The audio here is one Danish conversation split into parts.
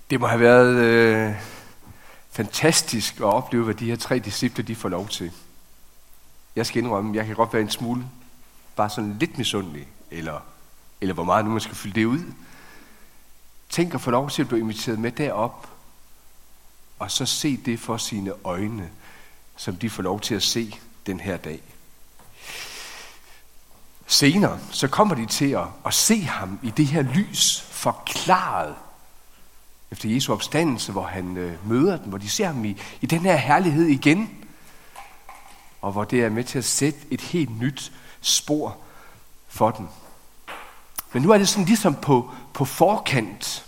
Det må have været fantastisk at opleve, hvad de her 3 disciple de får lov til. Jeg skal indrømme, jeg kan godt være en smule, bare sådan lidt misundelig, eller hvor meget nu man skal fylde det ud. Tænk at få lov til at blive inviteret med derop, og så se det for sine øjne, som de får lov til at se den her dag. Senere, så kommer de til at se ham i det her lys, forklaret efter Jesu opstandelse, hvor han møder dem, hvor de ser ham i den her herlighed igen, og hvor det er med til at sætte et helt nyt spor for dem. Men nu er det sådan ligesom på forkant.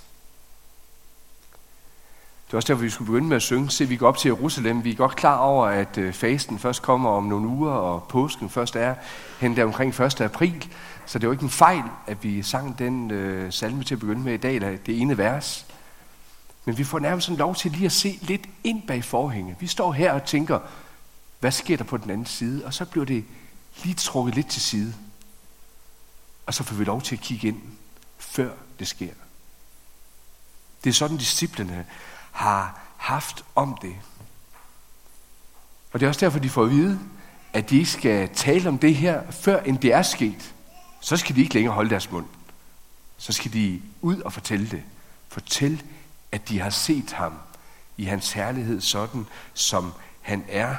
Det er også derfor, vi skulle begynde med at synge. Se, vi går op til Jerusalem. Vi er godt klar over, at fasten først kommer om nogle uger, og påsken først er hen der omkring 1. april. Så det er jo ikke en fejl, at vi sang den salme til at begynde med i dag, eller det ene vers. Men vi får nærmest sådan lov til lige at se lidt ind bag forhænget. Vi står her og tænker, hvad sker der på den anden side? Og så bliver det lige trukket lidt til side. Og så får vi lov til at kigge ind, før det sker. Det er sådan, disciplene har haft om det. Og det er også derfor, de får at vide, at de ikke skal tale om det her, før end det er sket. Så skal de ikke længere holde deres mund. Så skal de ud og fortælle det. Fortæl, at de har set ham i hans herlighed, sådan som han er.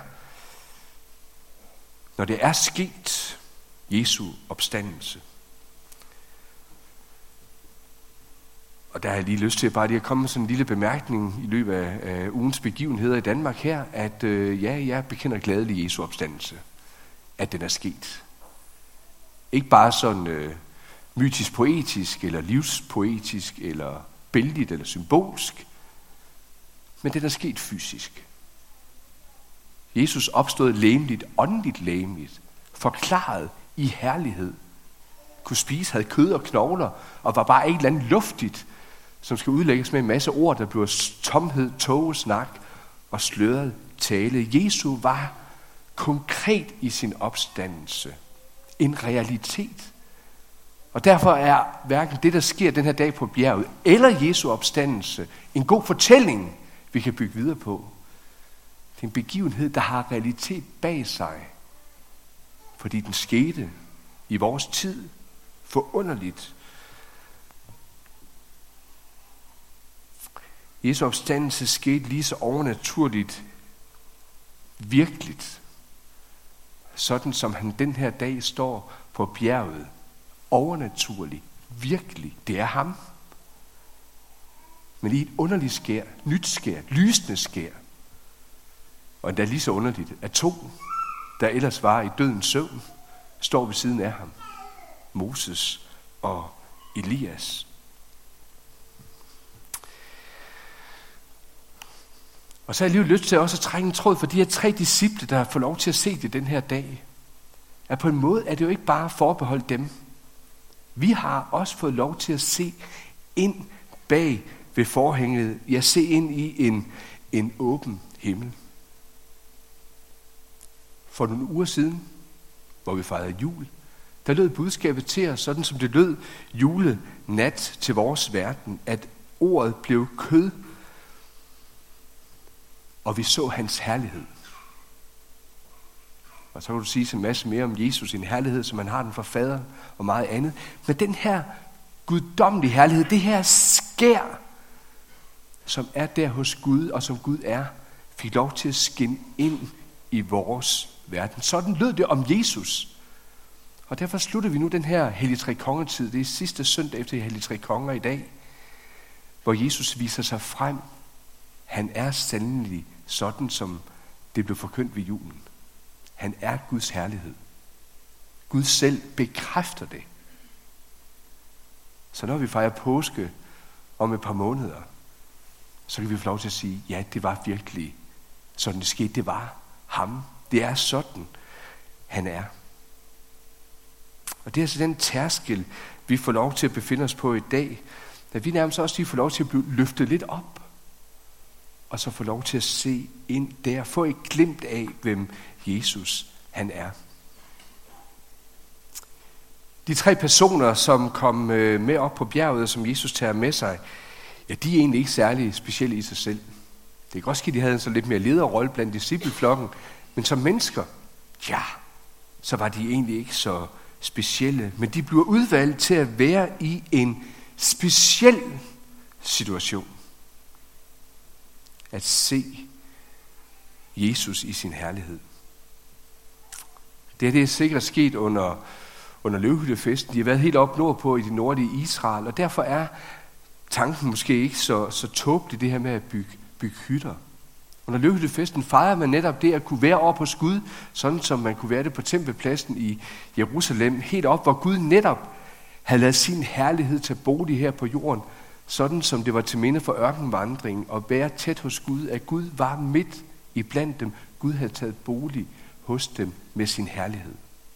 Når det er sket, Jesu opstandelse. Og der har jeg lige lyst til bare lige at komme med sådan en lille bemærkning i løbet af ugens begivenheder i Danmark her, at jeg bekender gladeligt Jesu opstandelse, at den er sket. Ikke bare sådan mytisk-poetisk, eller livspoetisk, eller billedigt, eller symbolsk, men den er sket fysisk. Jesus opstod legemligt, åndeligt legemligt, forklaret i herlighed, kunne spise, havde kød og knogler, og var bare et eller andet luftigt, som skal udlægges med en masse ord, der bliver tomhed, tågesnak og sløret tale. Jesu var konkret i sin opstandelse. En realitet. Og derfor er hverken det, der sker den her dag på bjerget, eller Jesu opstandelse, en god fortælling, vi kan bygge videre på. Det er en begivenhed, der har realitet bag sig. Fordi den skete i vores tid. Forunderligt. Jesu opstandelse skete lige så overnaturligt, virkeligt, sådan som han den her dag står på bjerget. Overnaturligt, virkelig, det er ham. Men i et underligt skær, nyt skær, lysende skær, og endda lige så underligt, at 2, der ellers var i dødens søvn, står ved siden af ham. Moses og Elias. Og så har jeg lige lyst til også at trække en tråd for de her 3 disciple, der får lov til at se det den her dag. At på en måde er det jo ikke bare forbeholdt dem. Vi har også fået lov til at se ind bag ved forhænget. Ja, se ind i en åben himmel. For nogle uger siden, hvor vi fejrede jul, der lød budskabet til os, sådan som det lød julenat til vores verden, at ordet blev kød, og vi så hans herlighed. Og så kan du sige en masse mere om Jesus, en herlighed, som han har den fra faderen og meget andet. Men den her guddommelige herlighed, det her skær, som er der hos Gud, og som Gud er, fik lov til at skinne ind i vores verden. Sådan lød det om Jesus. Og derfor slutter vi nu den her Hellig Tre Konger-tid. Det er sidste søndag efter Hellig Tre Konger i dag, hvor Jesus viser sig frem. Han er sandelig sådan, som det blev forkyndt ved julen. Han er Guds herlighed. Gud selv bekræfter det. Så når vi fejrer påske om et par måneder, så kan vi få lov til at sige, ja, det var virkelig sådan det skete. Det var ham. Det er sådan, han er. Og det er altså den tærskel, vi får lov til at befinde os på i dag, da vi nærmest også lige får lov til at blive løftet lidt op, og så får lov til at se ind der, få et glimt af, hvem Jesus han er. De 3 personer, som kom med op på bjerget, som Jesus tager med sig, ja, de er egentlig ikke særlig specielle i sig selv. Det kan godt ske, at de havde en så lidt mere lederrolle blandt discipleflokken, men som mennesker, ja, så var de egentlig ikke så specielle. Men de bliver udvalgt til at være i en speciel situation. At se Jesus i sin herlighed. Det er sikkert sket under løvhyttefesten. De har været helt op nordpå i det nordlige Israel, og derfor er tanken måske ikke så tåbelig, det her med at bygge hytter. Under løvhyttefesten fejrer man netop det at kunne være over på Gud, sådan som man kunne være det på tempelpladsen i Jerusalem, helt op, hvor Gud netop havde ladet sin herlighed tage bolig her på jorden, sådan som det var til minde for ørkenvandringen, og være tæt hos Gud, at Gud var midt i blandt dem. Gud havde taget bolig hos dem med sin herlighed.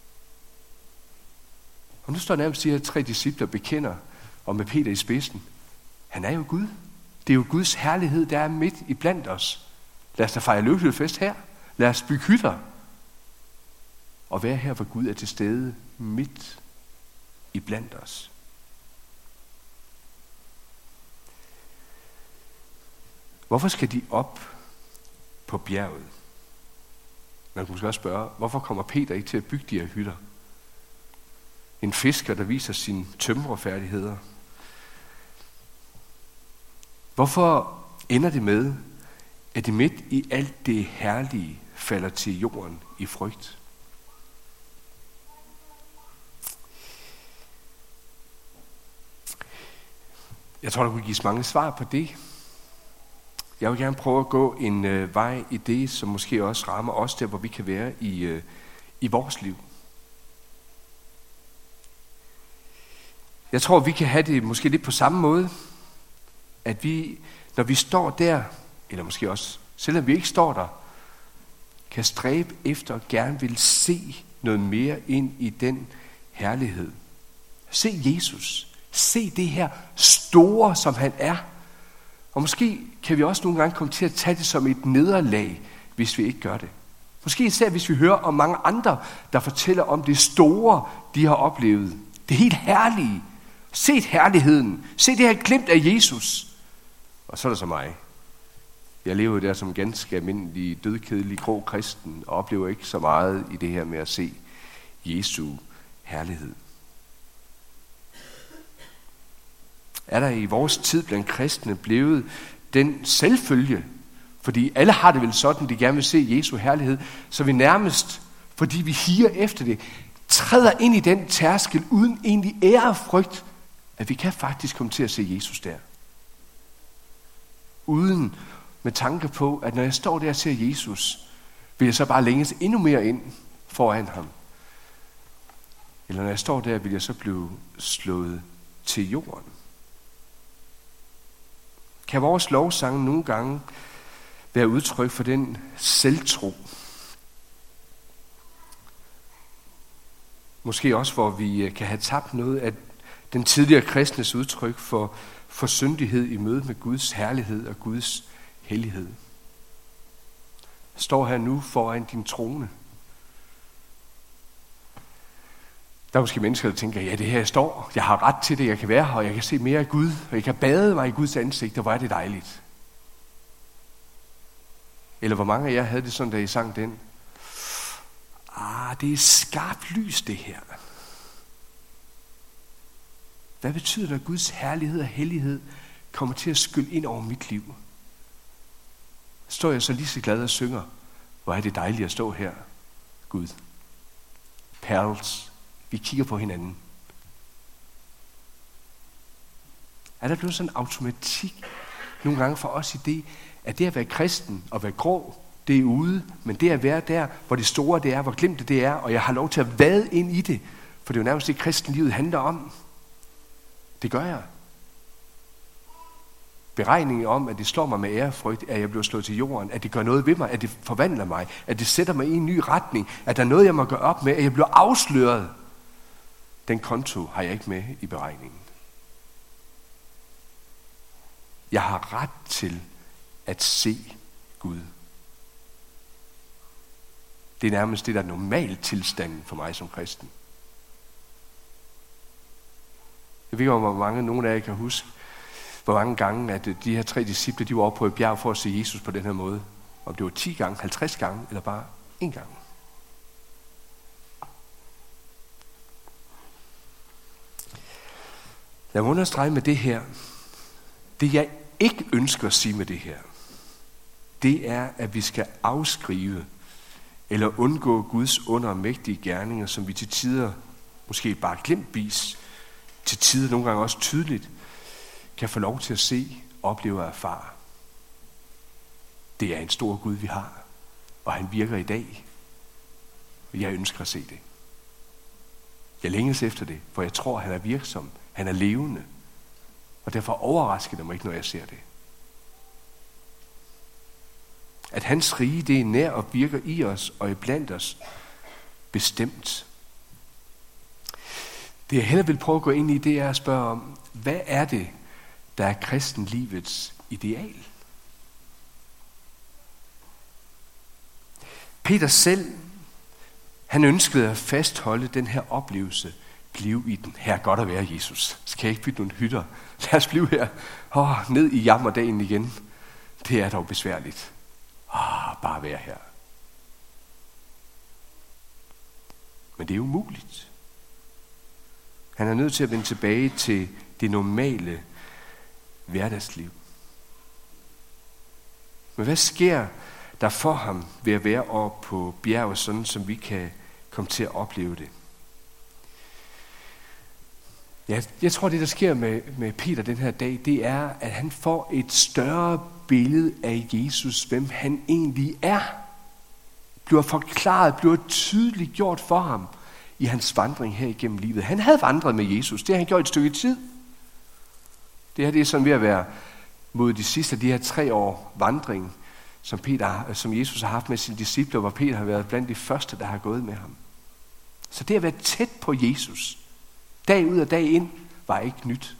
Og nu står nærmest de her 3 discipler bekender, og med Peter i spidsen. Han er jo Gud. Det er jo Guds herlighed, der er midt i blandt os. Lad os da fejre løvhyttefest her. Lad os bygge hytter. Og være her, hvor Gud er til stede midt i blandt os. Hvorfor skal de op på bjerget? Man kunne måske også spørge, hvorfor kommer Peter ikke til at bygge de her hytter? En fisker, der viser sine tømrerfærdigheder. Hvorfor ender det med, at det midt i alt det herlige falder til jorden i frygt? Jeg tror, der kunne gives mange svar på det. Jeg vil gerne prøve at gå en vej i det, som måske også rammer os der, hvor vi kan være i vores liv. Jeg tror, vi kan have det måske lidt på samme måde, at vi, når vi står der, eller måske også, selvom vi ikke står der, kan stræbe efter og gerne vil se noget mere ind i den herlighed. Se Jesus. Se det her store, som han er. Og måske kan vi også nogle gange komme til at tage det som et nederlag, hvis vi ikke gør det. Måske især hvis vi hører om mange andre, der fortæller om det store, de har oplevet. Det helt herlige. Se herligheden. Se det her glimt af Jesus. Og så er der så mig. Jeg lever der som ganske almindelig, dødkedelig, grå kristen, og oplever ikke så meget i det her med at se Jesu herlighed. Er der i vores tid blandt kristne blevet den selvfølge, fordi alle har det vel sådan, de gerne vil se Jesu herlighed, så vi nærmest, fordi vi higer efter det, træder ind i den tærskel uden egentlig ærefrygt, at vi kan faktisk komme til at se Jesus der. Uden med tanke på, at når jeg står der og ser Jesus, vil jeg så bare længes endnu mere ind foran ham. Eller når jeg står der, vil jeg så blive slået til jorden. Kan vores lovsange nogle gange være udtryk for den selvtro? Måske også, hvor vi kan have tabt noget af den tidligere kristnes udtryk for syndighed i møde med Guds herlighed og Guds hellighed. Står her nu foran din trone. Der er måske mennesker, der tænker, ja, det her jeg står, jeg har ret til det, jeg kan være her, og jeg kan se mere af Gud, og jeg kan bade mig i Guds ansigt, og hvor er det dejligt. Eller hvor mange af jer havde det sådan, da I sang den? Det er skarpt lys, det her. Hvad betyder det, at Guds herlighed og hellighed kommer til at skylle ind over mit liv? Står jeg så lige så glad og synger, hvor er det dejligt at stå her, Gud. Perls. Vi kigger på hinanden. Er der blevet sådan en automatik nogle gange for os i det, at det at være kristen og være grå, det er ude, men det at være der, hvor det store det er, hvor glimtet det er, og jeg har lov til at vade ind i det, for det er jo nærmest det, kristenlivet handler om. Det gør jeg. Beregningen om, at det slår mig med ærefrygt, at jeg bliver slået til jorden, at det gør noget ved mig, at det forvandler mig, at det sætter mig i en ny retning, at der er noget, jeg må gøre op med, at jeg bliver afsløret. Den konto har jeg ikke med i beregningen. Jeg har ret til at se Gud. Det er nærmest det, der er normal tilstanden for mig som kristen. Jeg ved ikke, hvor mange nogen af jer kan huske, hvor mange gange, at de her 3 disciple, de var oppe på et bjerg for at se Jesus på den her måde. Om det var 10 gange, 50 gange, eller bare 1 gang. Lad mig understrege med det her. Det jeg ikke ønsker at sige med det her, det er, at vi skal afskrive eller undgå Guds under- og mægtige gerninger, som vi til tider, måske bare glemtvis, til tider nogle gange også tydeligt, kan få lov til at se, opleve og erfare. Det er en stor Gud, vi har, og han virker i dag. Og jeg ønsker at se det. Jeg længes efter det, for jeg tror, han er virksom. Han er levende. Og derfor overrasker det mig ikke, når jeg ser det. At hans rige, det er nær og virker i os og iblandt os bestemt. Det jeg hellere vil prøve at gå ind i, det er at spørge om, hvad er det, der er kristenlivets ideal? Peter selv, han ønskede at fastholde den her oplevelse. Bliv i den. Her er godt at være, Jesus. Skal jeg ikke bygge nogle hytter? Lad os blive her. Ned i jammerdagen igen. Det er dog besværligt. Bare være her. Men det er umuligt. Han er nødt til at vende tilbage til det normale hverdagsliv. Men hvad sker der for ham ved at være oppe på bjerget, sådan som vi kan komme til at opleve det? Ja, jeg tror, det der sker med Peter den her dag, det er, at han får et større billede af Jesus, hvem han egentlig er. Bliver forklaret, bliver tydeligt gjort for ham i hans vandring her igennem livet. Han havde vandret med Jesus, det har han gjort et stykke tid. Det her det er sådan ved at være mod de sidste af de her 3 år vandring, som Jesus har haft med sine discipler, hvor Peter har været blandt de første, der har gået med ham. Så det at være tæt på Jesus, dag ud og dag ind, var ikke nyt.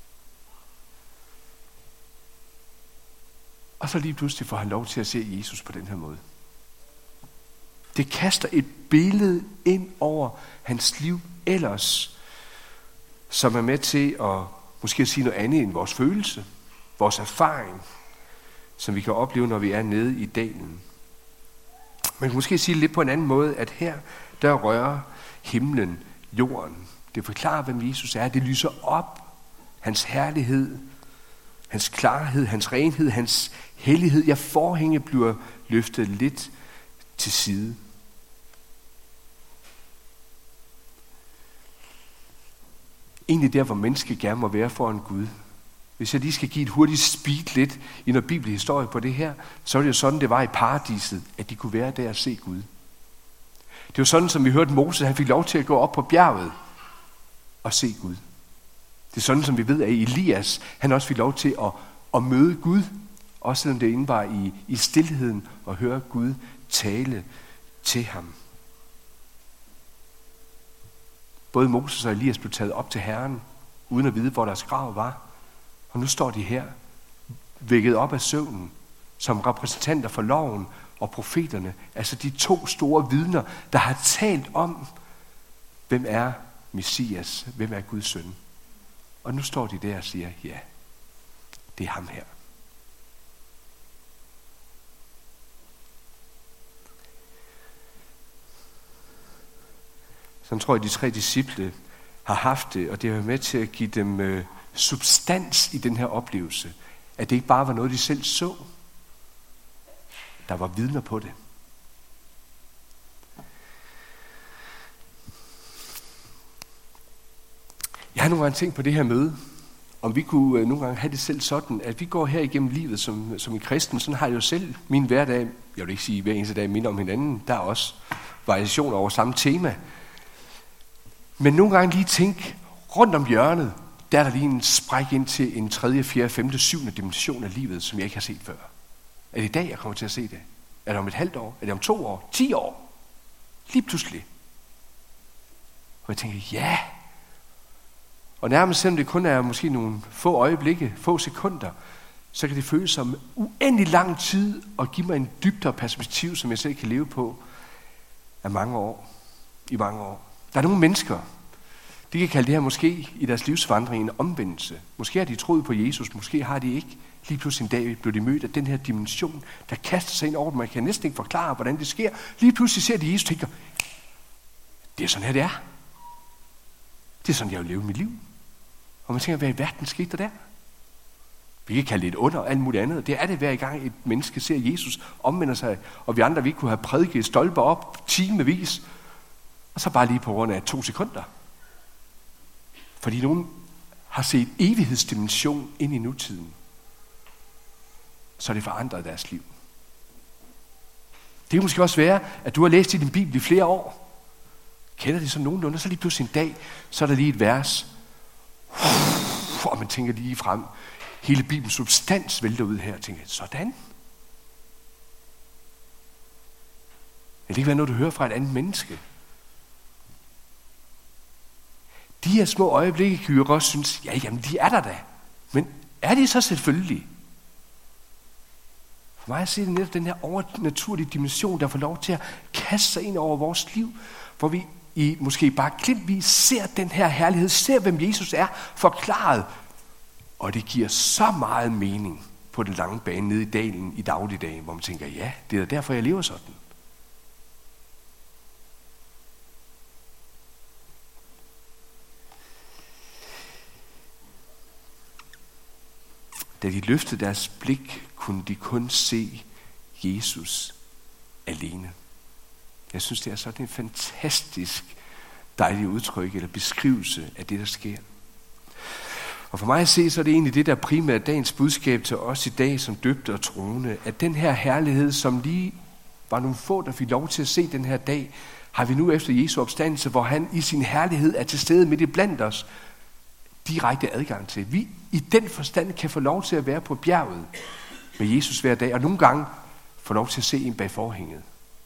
Og så lige pludselig får han lov til at se Jesus på den her måde. Det kaster et billede ind over hans liv ellers, som er med til at måske sige noget andet end vores følelse, vores erfaring, som vi kan opleve, når vi er nede i dalen. Man kan måske sige lidt på en anden måde, at her, der rører himlen jorden. Det forklarer, hvem Jesus er. Det lyser op. Hans herlighed, hans klarhed, hans renhed, hans hellighed. Ja, forhænget bliver løftet lidt til side. Egentlig der, hvor mennesket gerne må være foran Gud. Hvis jeg lige skal give et hurtigt speed lidt i noget bibelhistorie på det her, så er det jo sådan, det var i paradiset, at de kunne være der og se Gud. Det var sådan, som vi hørte Moses, han fik lov til at gå op på bjerget og se Gud. Det er sådan, som vi ved, at Elias, han også fik lov til at møde Gud, også selvom det inde var i stilheden, og høre Gud tale til ham. Både Moses og Elias blev taget op til Herren, uden at vide, hvor deres grav var. Og nu står de her, vækket op af søvnen, som repræsentanter for loven og profeterne, altså de 2 store vidner, der har talt om, hvem er Messias, hvem er Guds søn. Og nu står de der og siger, ja, det er ham her. Sådan tror jeg, de 3 disciple har haft det, og det har været med til at give dem substans i den her oplevelse. At det ikke bare var noget, de selv så. Der var vidner på det. Jeg har nogle gange tænkt på det her møde, om vi kunne nogle gange have det selv sådan, at vi går her igennem livet som en kristen. Sådan har jeg jo selv min hverdag. Jeg vil ikke sige, hver eneste dag minder om hinanden. Der er også variationer over samme tema. Men nogle gange lige tænk, rundt om hjørnet, der er der lige en spræk ind til en 3., 4., 5., 7. dimension af livet, som jeg ikke har set før. Er det i dag, jeg kommer til at se det? Er det om et halvt år? Er det om 2 år? 10 år? Lige pludselig. Og jeg tænker, ja. Og nærmest selvom det kun er måske nogle få øjeblikke, få sekunder, så kan det føles som uendelig lang tid og give mig en dybere perspektiv, som jeg selv kan leve på i mange år. Der er nogle mennesker, De kan kalde det her måske i deres livsvandring en omvendelse. Måske har de troet på Jesus, måske har de ikke. Lige pludselig en dag blev de mødt af den her dimension, der kaster sig ind over dem. Man kan næsten ikke forklare, hvordan det sker. Lige pludselig ser de Jesus og tænker, det er sådan her, det er. Det er sådan, jeg vil leve mit liv. Og man tænker, hvad i verden skete der? Vi kan kalde det et under og alt muligt andet. Det er det hver gang et menneske ser Jesus omvender sig, og vi andre, vi kunne have prædiket stolper op timevis, og så bare lige på grund af 2 sekunder. Fordi nogen har set evighedsdimension ind i nutiden, så det forandret deres liv. Det kan måske også være, at du har læst i din bibel i flere år. Kender det så nogenlunde, så lige pludselig en dag, så er der lige et vers, og man tænker lige frem, hele Bibelens substans vælter ud her, og tænker, sådan? Det kan være noget, du hører fra et andet menneske. De her små øjeblikke kan vi jo også synes, ja, jamen de er der da. Men er de så selvfølgelige? For mig at se det netop den her overnaturlige dimension, der får lov til at kaste sig ind over vores liv, hvor vi måske bare glimtvis ser den her herlighed, ser hvem Jesus er, forklaret. Og det giver så meget mening på den lange bane nede i dalen i dagligdagen, hvor man tænker, ja, det er derfor, jeg lever sådan. Da de løftede deres blik, kunne de kun se Jesus alene. Jeg synes, det er sådan en fantastisk dejlig udtryk eller beskrivelse af det, der sker. Og for mig at se, så er det egentlig det, der primært dagens budskab til os i dag som døbte og troende, at den her herlighed, som lige var nogle få, der fik lov til at se den her dag, har vi nu efter Jesu opstandelse, hvor han i sin herlighed er til stede midt i blandt os, direkte adgang til. Vi i den forstand kan få lov til at være på bjerget med Jesus hver dag, og nogle gange få lov til at se en bag forhænget.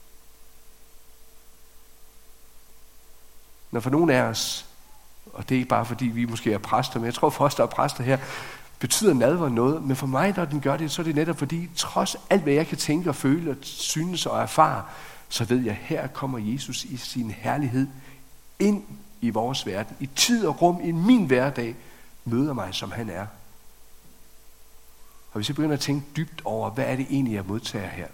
Når for nogle af os, og det er ikke bare fordi vi måske er præster, men jeg tror for os, der er præster her, betyder nadver noget, men for mig, når den gør det, så er det netop fordi, trods alt hvad jeg kan tænke og føle og synes og erfare, så ved jeg, her kommer Jesus i sin herlighed ind i vores verden, i tid og rum, i min hverdag, møder mig, som han er. Og hvis jeg begynder at tænke dybt over, hvad er det egentlig, jeg modtager her,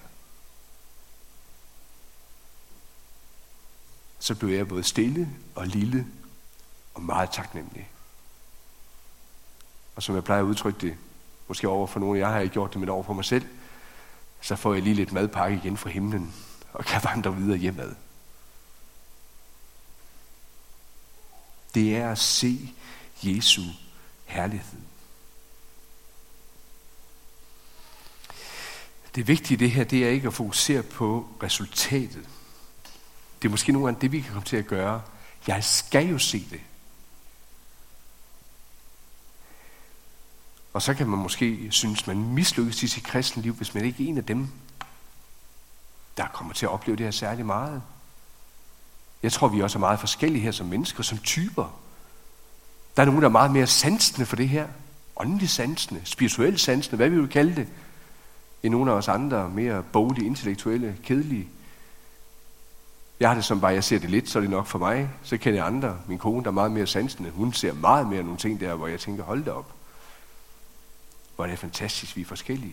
så bliver jeg både stille og lille og meget taknemmelig. Og som jeg plejer at udtrykke det, måske over for nogen, jeg har ikke gjort det, men over for mig selv, så får jeg lige lidt madpakke igen fra himlen, og kan vandre videre hjemad. Det er at se Jesu herlighed. Det vigtige i det her, det er ikke at fokusere på resultatet. Det er måske nogle gange det, vi kan komme til at gøre. Jeg skal jo se det. Og så kan man måske synes, man mislykkes i sit kristne liv, hvis man ikke er en af dem, der kommer til at opleve det her særlig meget. Jeg tror, vi også er meget forskellige her som mennesker, som typer. Der er nogen, der er meget mere sansende for det her. Åndeligt sansende, spirituelt sansende, hvad vi vil kalde det. End nogle af os andre, mere boglige, intellektuelle, kedelige. Jeg har det som bare, jeg ser det lidt, så er det nok for mig. Så kender jeg andre. Min kone, der er meget mere sansende. Hun ser meget mere nogle ting der, hvor jeg tænker, hold da op. Hvor er det fantastisk, vi er forskellige.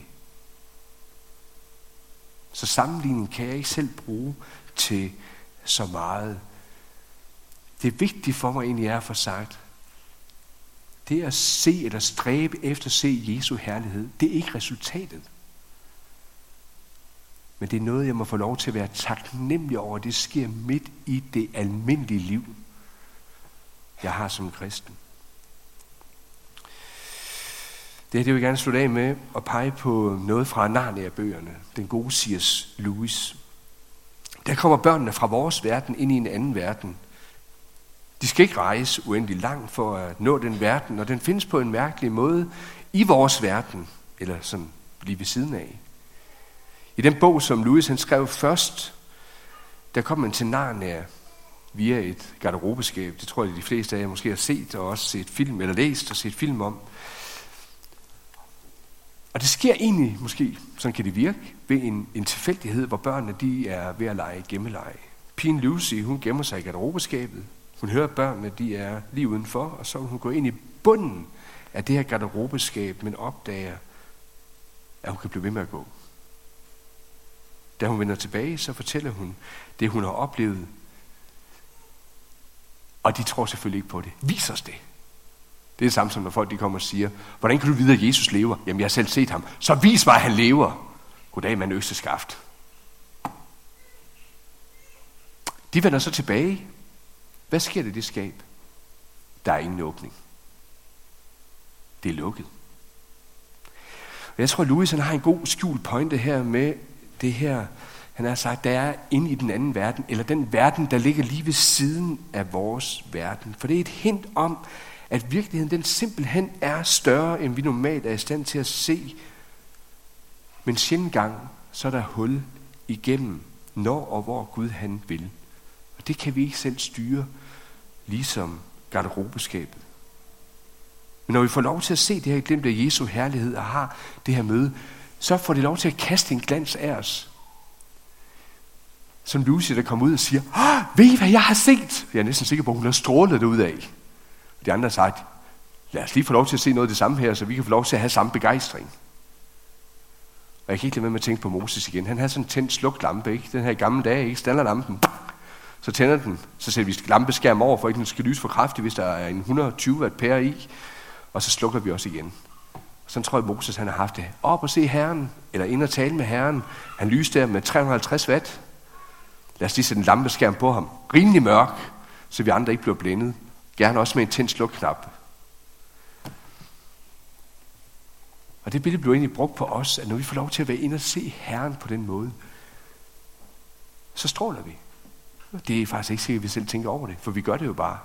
Så sammenligningen kan jeg ikke selv bruge til så meget. Det vigtige for mig egentlig er at få sagt, det at se eller stræbe efter at se Jesu herlighed, det er ikke resultatet. Men det er noget, jeg må få lov til at være taknemmelig over. Det sker midt i det almindelige liv, jeg har som kristen. Det vil jeg gerne slutte af med at pege på noget fra Narnia-bøgerne. Den gode C.S. Lewis. Der kommer børnene fra vores verden ind i en anden verden. De skal ikke rejse uendelig langt for at nå den verden, og den findes på en mærkelig måde i vores verden, eller sådan lige ved siden af. I den bog, som Lewis han skrev først, der kom man til Narnia via et garderobeskab. Det tror jeg, de fleste af jer måske har set, og også set film, eller læst og set film om. Og det sker egentlig, måske, sådan kan det virke, ved en tilfældighed, hvor børnene de er ved at lege gemmeleje. Pigen Lucy, hun gemmer sig i garderobeskabet. Hun hører børnene, de er lige udenfor, og så hun går ind i bunden af det her garderobeskab, men opdager, at hun kan blive ved med at gå. Da hun vender tilbage, så fortæller hun det, hun har oplevet. Og de tror selvfølgelig ikke på det. Vis os det. Det er det samme som når folk de kommer og siger, hvordan kan du vide, at Jesus lever? Jamen, jeg har selv set ham. Så vis mig, at han lever. Goddag, mand økseskaft. De vender så tilbage. Hvad sker der i det skab? Der er ingen åbning. Det er lukket. Og jeg tror, at Louis han har en god skjult pointe her med det her. Han har sagt, der er inde i den anden verden, eller den verden, der ligger lige ved siden af vores verden. For det er et hint om, at virkeligheden den simpelthen er større, end vi normalt er i stand til at se. Men sjældent gang, så er der hul igennem, når og hvor Gud han vil. Og det kan vi ikke selv styre, ligesom garderobeskabet. Men når vi får lov til at se det her glimt af Jesu herlighed og har det her møde, så får det lov til at kaste en glans af os. Som Lucy, der kommer ud og siger, ved I, hvad jeg har set? Jeg er næsten sikker på, at hun har strålet det ud af. De andre har sagt, lad os lige få lov til at se noget af det samme her, så vi kan få lov til at have samme begejstring. Og jeg kan ikke lade være med at tænke på Moses igen. Han havde sådan en tændt slukt lampe, ikke? Den her gamle dag, ikke? Standardlampen. Så tænder den, så sætter vi lampeskærm over, for ikke den skal lyse for kraftigt, hvis der er en 120 watt pære i. Og så slukker vi også igen. Sådan tror jeg, Moses han har haft det. Op og se Herren, eller ind og tale med Herren. Han lyste der med 350 watt. Lad os lige sætte en lampeskærm på ham. Rimelig mørk, så vi andre ikke bliver blændet. Gerne også med en tændt slukknap. Og det billede blev egentlig brugt på os, at når vi får lov til at være inde og se Herren på den måde, så stråler vi. Det er faktisk ikke sikkert, at vi selv tænker over det, for vi gør det jo bare.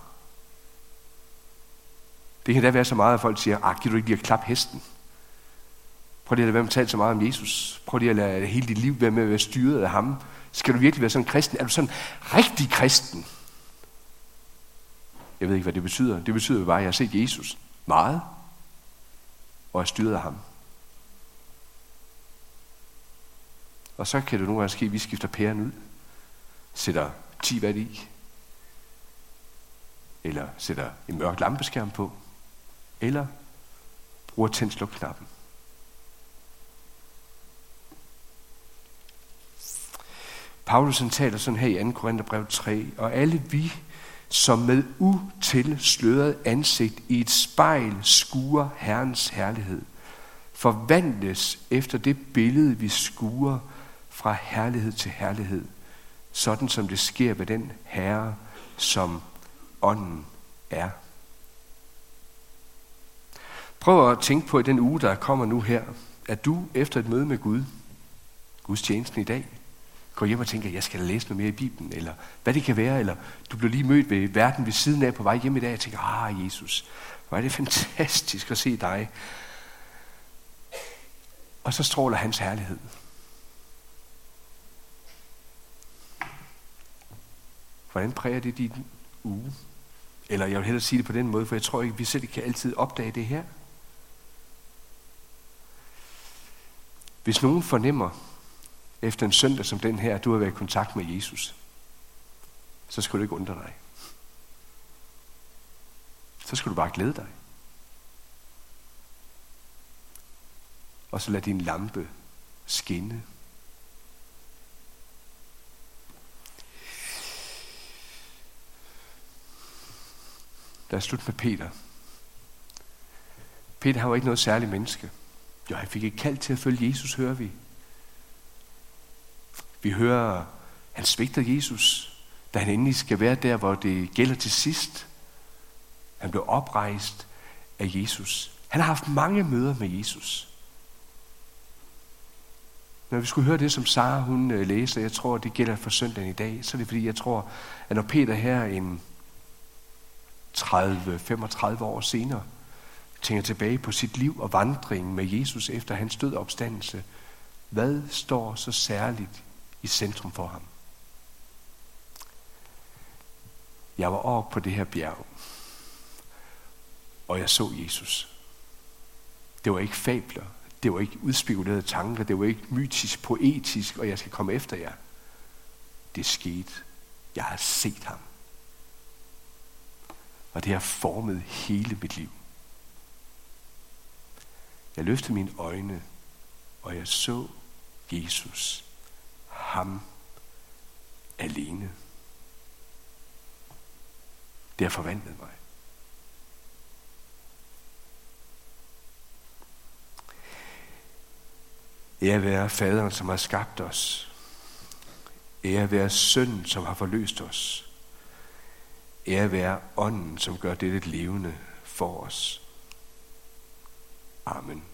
Det kan da være så meget, at folk siger, giver du ikke lige at klappe hesten? Prøv lige at lade være med at tale så meget om Jesus. Prøv lige at lade hele dit liv være med at være styret af ham. Skal du virkelig være sådan en kristen? Er du sådan rigtig kristen? Jeg ved ikke, hvad det betyder. Det betyder jo bare, at jeg har set Jesus meget, og er styret af ham. Og så kan det nogle gange ske, at vi skifter pæren ud, sætter 10 watt i, eller sætter en mørk lampeskærm på, eller bruger tænd sluk-knappen. Paulus han taler sådan her i 2. Korintherbrev 3, og alle vi, som med utilsløret ansigt i et spejl skuer Herrens herlighed, forvandles efter det billede, vi skuer fra herlighed til herlighed, sådan som det sker ved den Herre, som ånden er. Prøv at tænke på i den uge, der kommer nu her, at du efter et møde med Gud, Guds tjenesten i dag, går hjem og tænker, at jeg skal læse noget mere i Bibelen, eller hvad det kan være, eller du bliver lige mødt ved verden ved siden af på vej hjem i dag, og tænker, Jesus, hvor er det fantastisk at se dig. Og så stråler hans herlighed. Hvordan præger det din uge? Eller jeg vil hellere sige det på den måde, for jeg tror ikke, vi selv kan altid opdage det her. Hvis nogen fornemmer, efter en søndag som den her, at du har været i kontakt med Jesus, så skal du ikke undre dig. Så skal du bare glæde dig. Og så lad din lampe skinne. Lad os slutte med Peter. Peter var ikke noget særligt menneske. Jo, han fik ikke kaldt til at følge Jesus, hører vi. Vi hører, han svigter Jesus, da han endelig skal være der, hvor det gælder til sidst. Han blev oprejst af Jesus. Han har haft mange møder med Jesus. Når vi skulle høre det, som Sara hun læste, jeg tror, det gælder for søndagen i dag, så er det fordi, jeg tror, at når Peter her en 30-35 år senere tænker tilbage på sit liv og vandringen med Jesus efter hans død og opstandelse, hvad står så særligt i centrum for ham? Jeg var oppe på det her bjerg, og jeg så Jesus. Det var ikke fabler, det var ikke udspekulerede tanker, det var ikke mytisk, poetisk, og jeg skal komme efter jer. Det skete. Jeg har set ham. Og det har formet hele mit liv. Jeg løftede mine øjne, og jeg så Jesus. Ham alene. Det har forvandlet mig. Ære være faderen, som har skabt os. Ære være sønnen, som har forløst os. Ære være ånden, som gør dette levende for os. Amen.